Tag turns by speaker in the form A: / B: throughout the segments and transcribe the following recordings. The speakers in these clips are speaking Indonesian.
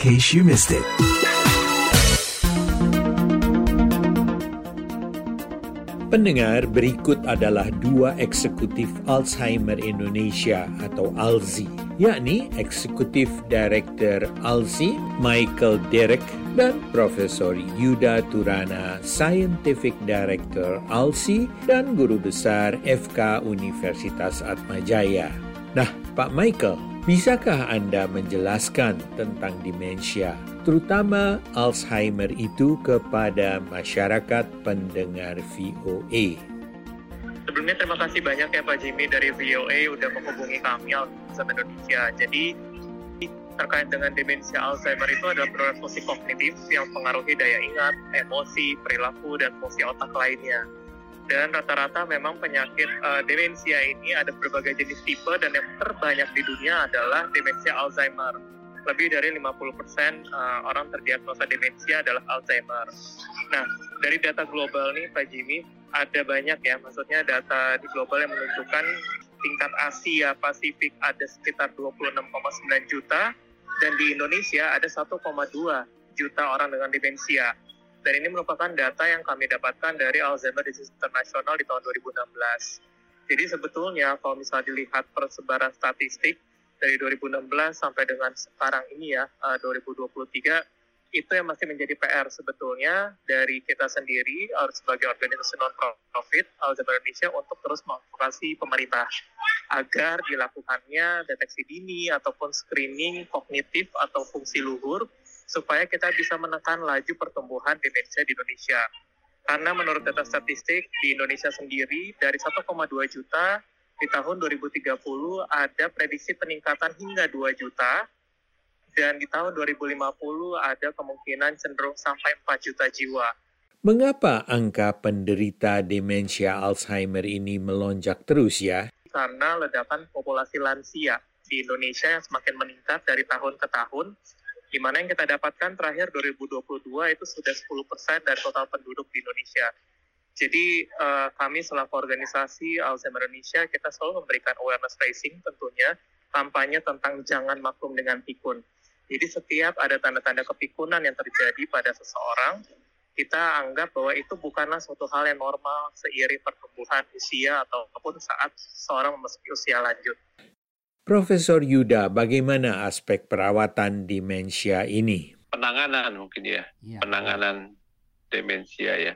A: case you missed it.
B: Pendengar, berikut adalah 2 eksekutif Alzheimer Indonesia atau ALZI, yakni Eksekutif Director ALZI, Michael Derek, dan Profesor Yuda Turana, Scientific Director ALZI, dan Guru Besar FK Universitas Atmajaya. Nah, Pak Michael, bisakah Anda menjelaskan tentang demensia, terutama Alzheimer itu kepada masyarakat pendengar VOA?
C: Sebelumnya terima kasih banyak ya Pak Jimmy dari VOA udah menghubungi kami Alzheimer Indonesia. Jadi terkait dengan demensia Alzheimer itu adalah penurunan fungsi kognitif yang mempengaruhi daya ingat, emosi, perilaku, dan fungsi otak lainnya. Dan rata-rata memang penyakit demensia ini ada berbagai jenis tipe dan yang terbanyak di dunia adalah demensia Alzheimer. Lebih dari 50% orang terdiagnosa demensia adalah Alzheimer. Nah, dari data global nih Pak Jimmy, ada banyak ya, maksudnya data di global yang menunjukkan tingkat Asia Pasifik ada sekitar 26,9 juta, dan di Indonesia ada 1,2 juta orang dengan demensia. Dan ini merupakan data yang kami dapatkan dari Alzheimer Disease International di tahun 2016. Jadi sebetulnya kalau misalnya dilihat persebaran statistik dari 2016 sampai dengan sekarang ini ya, 2023, itu yang masih menjadi PR sebetulnya dari kita sendiri sebagai organisasi non-profit Alzheimer Indonesia untuk terus mengadvokasi pemerintah agar dilakukannya deteksi dini ataupun screening kognitif atau fungsi luhur supaya kita bisa menekan laju pertumbuhan demensia di Indonesia. Karena menurut data statistik di Indonesia sendiri, dari 1,2 juta di tahun 2030 ada prediksi peningkatan hingga 2 juta, dan di tahun 2050 ada kemungkinan cenderung sampai 4 juta jiwa.
B: Mengapa angka penderita demensia Alzheimer ini melonjak terus ya?
C: Karena ledakan populasi lansia di Indonesia yang semakin meningkat dari tahun ke tahun, di mana yang kita dapatkan terakhir 2022 itu sudah 10% dari total penduduk di Indonesia. Jadi kami selaku organisasi Alzheimer Indonesia, kita selalu memberikan awareness raising tentunya, kampanye tentang jangan maklum dengan pikun. Jadi setiap ada tanda-tanda kepikunan yang terjadi pada seseorang, kita anggap bahwa itu bukanlah suatu hal yang normal seiring pertumbuhan usia ataupun saat seseorang memasuki usia lanjut.
B: Profesor Yuda, bagaimana aspek perawatan demensia ini?
D: Penanganan mungkin ya. Penanganan demensia ya.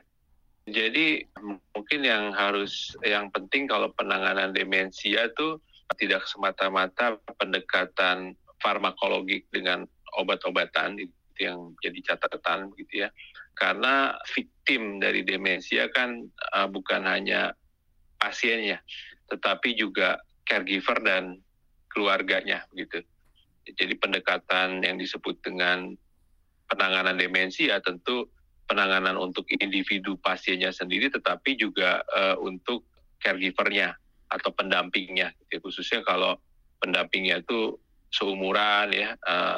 D: Jadi mungkin yang penting kalau penanganan demensia itu tidak semata-mata pendekatan farmakologik dengan obat-obatan, itu yang jadi catatan gitu ya. Karena victim dari demensia kan bukan hanya pasiennya, tetapi juga caregiver dan keluarganya gitu. Jadi pendekatan yang disebut dengan penanganan demensia tentu penanganan untuk individu pasiennya sendiri, tetapi juga untuk caregivernya atau pendampingnya. Gitu. Khususnya kalau pendampingnya itu seumuran ya,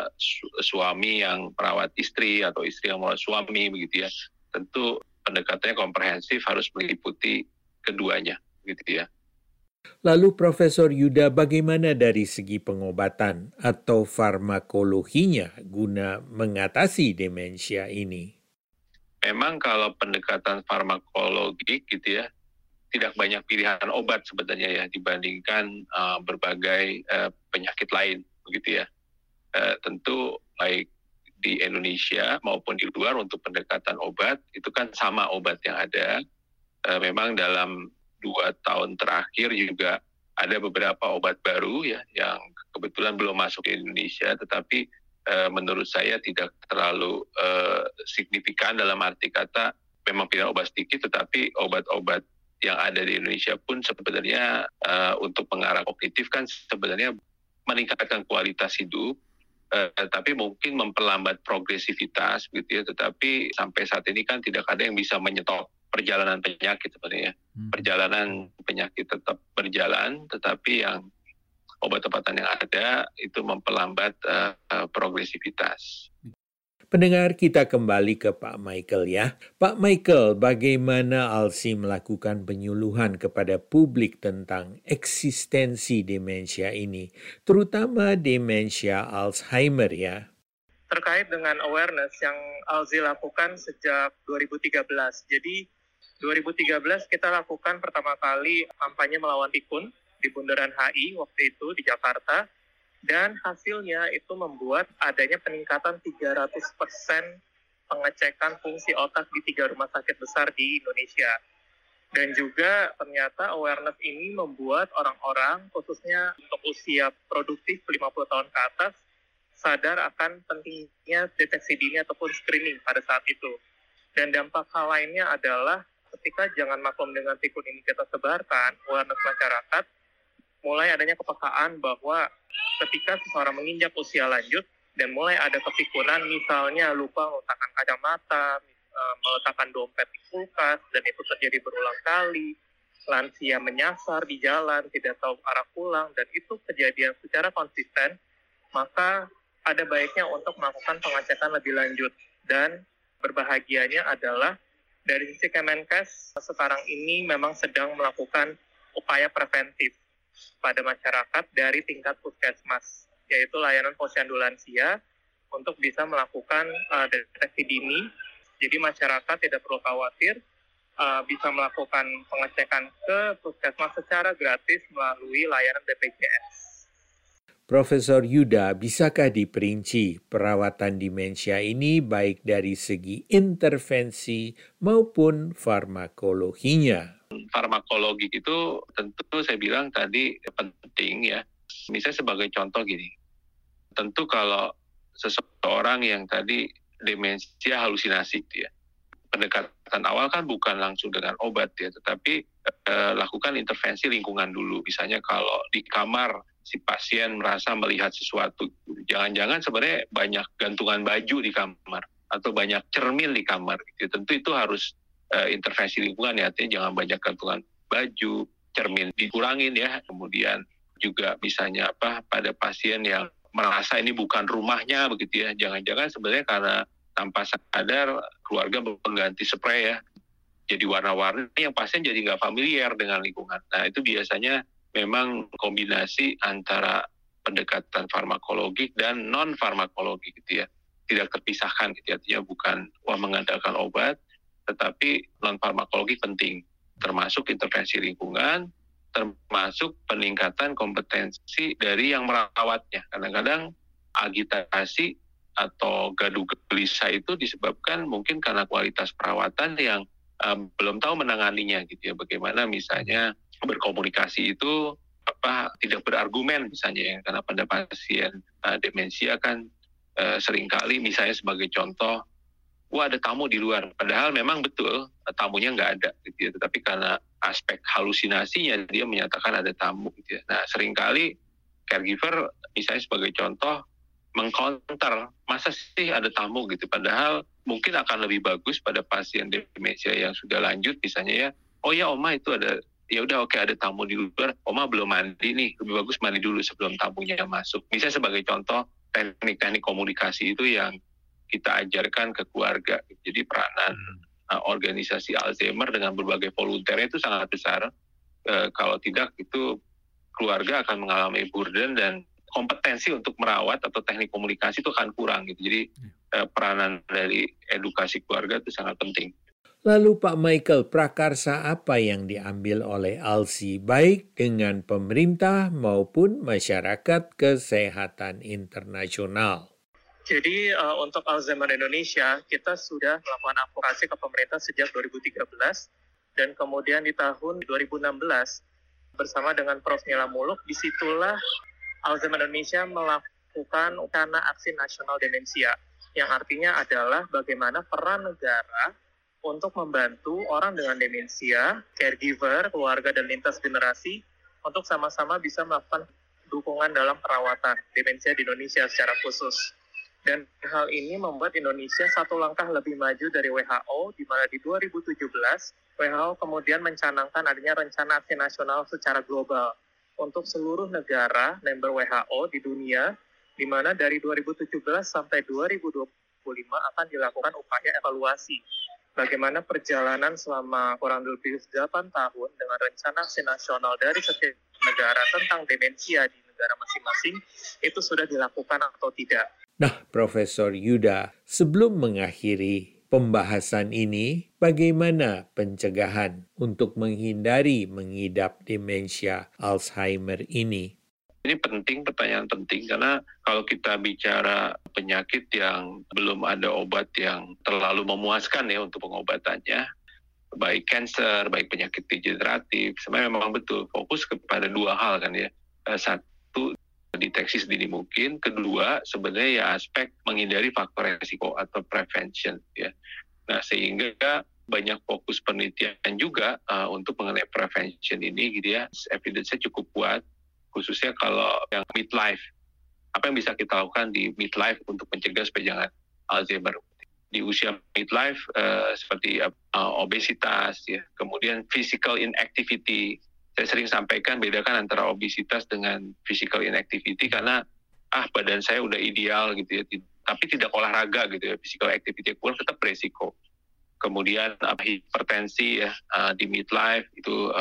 D: suami yang merawat istri atau istri yang merawat suami begitu ya. Tentu pendekatannya komprehensif, harus meliputi keduanya gitu ya.
B: Lalu Profesor Yuda, bagaimana dari segi pengobatan atau farmakologinya guna mengatasi demensia ini?
D: Memang kalau pendekatan farmakologi gitu ya, tidak banyak pilihan obat sebenarnya ya dibandingkan berbagai penyakit lain begitu ya. Tentu baik di Indonesia maupun di luar untuk pendekatan obat itu kan sama obat yang ada. Memang dalam 2 tahun terakhir juga ada beberapa obat baru ya yang kebetulan belum masuk ke Indonesia, tetapi menurut saya tidak terlalu signifikan dalam arti kata memang pilihan obat sedikit, tetapi obat-obat yang ada di Indonesia pun sebenarnya untuk pengarah kognitif kan sebenarnya meningkatkan kualitas hidup, tapi mungkin memperlambat progresivitas gitu ya, tetapi sampai saat ini kan tidak ada yang bisa menyetop perjalanan penyakit sebenarnya. Perjalanan penyakit tetap berjalan, tetapi yang obat-obatan yang ada itu memperlambat progresivitas.
B: Pendengar, kita kembali ke Pak Michael ya. Pak Michael, bagaimana ALZI melakukan penyuluhan kepada publik tentang eksistensi demensia ini, terutama demensia Alzheimer ya?
C: terkait dengan awareness yang ALZI lakukan sejak 2013. Jadi 2013 kita lakukan pertama kali kampanye melawan pikun di Bundaran HI waktu itu di Jakarta, dan hasilnya itu membuat adanya peningkatan 300% pengecekan fungsi otak di 3 rumah sakit besar di Indonesia. Dan juga ternyata awareness ini membuat orang-orang, khususnya untuk usia produktif 50 tahun ke atas, sadar akan pentingnya deteksi dini ataupun screening pada saat itu. Dan dampak hal lainnya adalah ketika jangan maklum dengan pikun ini kita sebarkan, awareness masyarakat, mulai adanya kepekaan bahwa ketika seseorang menginjak usia lanjut dan mulai ada kepikunan, misalnya lupa meletakkan kacamata, meletakkan dompet di kulkas, dan itu terjadi berulang kali, lansia menyasar di jalan, tidak tahu arah pulang, dan itu kejadian secara konsisten, maka ada baiknya untuk melakukan pengecekan lebih lanjut. Dan berbahagianya adalah dari sisi Kemenkes sekarang ini memang sedang melakukan upaya preventif pada masyarakat dari tingkat puskesmas, yaitu layanan posyandu lansia untuk bisa melakukan deteksi dini. Jadi masyarakat tidak perlu khawatir, bisa melakukan pengecekan ke puskesmas secara gratis melalui layanan BPJS.
B: Profesor Yuda, bisakah diperinci perawatan demensia ini baik dari segi intervensi maupun farmakologinya?
D: Farmakologi itu tentu saya bilang tadi penting ya. Misalnya sebagai contoh gini, tentu kalau seseorang yang tadi demensia halusinasi gitu ya, pendekatan awal kan bukan langsung dengan obat ya, tetapi lakukan intervensi lingkungan dulu. Misalnya kalau di kamar si pasien merasa melihat sesuatu, jangan-jangan sebenarnya banyak gantungan baju di kamar atau banyak cermin di kamar gitu. Tentu itu harus intervensi lingkungan ya, artinya jangan banyak gantungan baju, cermin dikurangin ya. Kemudian juga misalnya pada pasien yang merasa ini bukan rumahnya begitu ya, jangan-jangan sebenarnya karena tanpa sadar keluarga mengganti spray ya, jadi warna-warni yang pasien jadi nggak familiar dengan lingkungan. Nah itu biasanya memang kombinasi antara pendekatan farmakologi dan non-farmakologi gitu ya, tidak terpisahkan gitu ya. Artinya bukan mengandalkan obat, tetapi non-farmakologi penting, termasuk intervensi lingkungan, termasuk peningkatan kompetensi dari yang merawatnya. Kadang-kadang agitasi atau gaduh gelisah itu disebabkan mungkin karena kualitas perawatan yang belum tahu menanganinya gitu ya. Bagaimana misalnya berkomunikasi itu tidak berargumen misalnya ya, karena pada pasien demensia kan seringkali misalnya sebagai contoh, wah ada tamu di luar, padahal memang betul tamunya nggak ada gitu ya, tetapi karena aspek halusinasinya dia menyatakan ada tamu gitu ya. Nah seringkali caregiver misalnya sebagai contoh mengcounter, masa sih ada tamu gitu, padahal mungkin akan lebih bagus pada pasien demensia yang sudah lanjut misalnya ya, oh ya oma itu ada, ya udah oke ada tamu di luar, oma belum mandi nih, lebih bagus mandi dulu sebelum tamunya masuk. Misalnya sebagai contoh teknik-teknik komunikasi itu yang kita ajarkan ke keluarga. Jadi peranan organisasi Alzheimer dengan berbagai volunteer itu sangat besar. Kalau tidak itu keluarga akan mengalami burden dan kompetensi untuk merawat atau teknik komunikasi itu akan kurang gitu. Jadi peranan dari edukasi keluarga itu sangat penting.
B: Lalu Pak Michael, prakarsa apa yang diambil oleh ALZI baik dengan pemerintah maupun masyarakat kesehatan internasional?
C: Jadi untuk Alzheimer Indonesia, kita sudah melakukan advokasi ke pemerintah sejak 2013, dan kemudian di tahun 2016 bersama dengan Prof. Nila Muluk, disitulah Alzheimer Indonesia melakukan Rencana Aksi Nasional Demensia, yang artinya adalah bagaimana peran negara untuk membantu orang dengan demensia, caregiver, keluarga, dan lintas generasi untuk sama-sama bisa melakukan dukungan dalam perawatan demensia di Indonesia secara khusus. Dan hal ini membuat Indonesia satu langkah lebih maju dari WHO, di mana di 2017 WHO kemudian mencanangkan adanya Rencana Aksi Nasional secara global untuk seluruh negara member WHO di dunia, di mana dari 2017 sampai 2025 akan dilakukan upaya evaluasi bagaimana perjalanan selama kurang lebih 8 tahun dengan rencana aksi nasional dari setiap negara tentang demensia di negara masing-masing itu sudah dilakukan atau tidak.
B: Nah, Profesor Yuda, sebelum mengakhiri pembahasan ini, bagaimana pencegahan untuk menghindari mengidap demensia Alzheimer ini?
D: Ini penting, pertanyaan penting, karena kalau kita bicara penyakit yang belum ada obat yang terlalu memuaskan ya untuk pengobatannya, baik kanker, baik penyakit degeneratif, sebenarnya memang betul fokus kepada dua hal kan ya. Satu, deteksi sedini mungkin. Kedua, sebenarnya ya aspek menghindari faktor resiko atau prevention ya. Nah, sehingga banyak fokus penelitian juga untuk mengenai prevention ini gitu ya. Evidence-nya cukup kuat, khususnya kalau yang midlife. Apa yang bisa kita lakukan di midlife untuk mencegah supaya jangan Alzheimer? Di usia midlife seperti obesitas ya, kemudian physical inactivity. Saya sering sampaikan bedakan antara obesitas dengan physical inactivity karena badan saya udah ideal gitu ya, tapi tidak olahraga gitu ya, physical activity kurang tetap beresiko. Kemudian hipertensi ya di midlife itu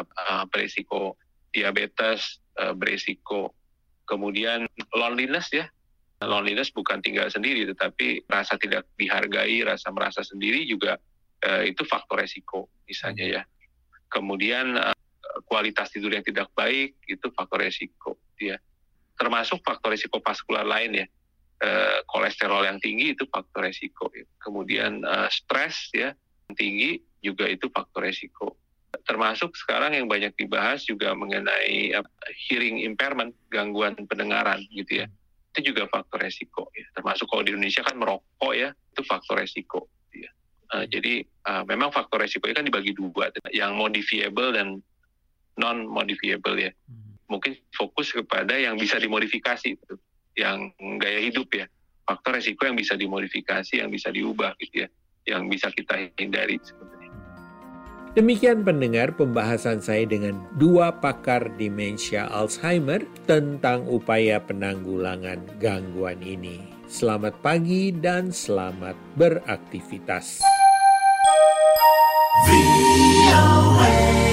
D: beresiko, diabetes beresiko. Kemudian loneliness ya. Loneliness bukan tinggal sendiri, tetapi rasa tidak dihargai, rasa merasa sendiri juga itu faktor resiko misalnya ya. Kemudian kualitas tidur yang tidak baik itu faktor resiko ya. Termasuk faktor resiko vaskular lain ya. Kolesterol yang tinggi itu faktor resiko ya. Kemudian stres ya yang tinggi juga itu faktor resiko. Termasuk sekarang yang banyak dibahas juga mengenai hearing impairment, gangguan pendengaran gitu ya. Itu juga faktor resiko ya. Termasuk kalau di Indonesia kan merokok ya, itu faktor resiko ya. Jadi memang faktor resiko itu kan dibagi dua, yang modifiable dan non modifiable ya. Mungkin fokus kepada yang bisa dimodifikasi gitu, yang gaya hidup ya. Faktor resiko yang bisa dimodifikasi, yang bisa diubah gitu ya, yang bisa kita hindari sebenarnya.
B: Demikian pendengar pembahasan saya dengan dua pakar demensia Alzheimer tentang upaya penanggulangan gangguan ini. Selamat pagi dan selamat beraktivitas. VOA.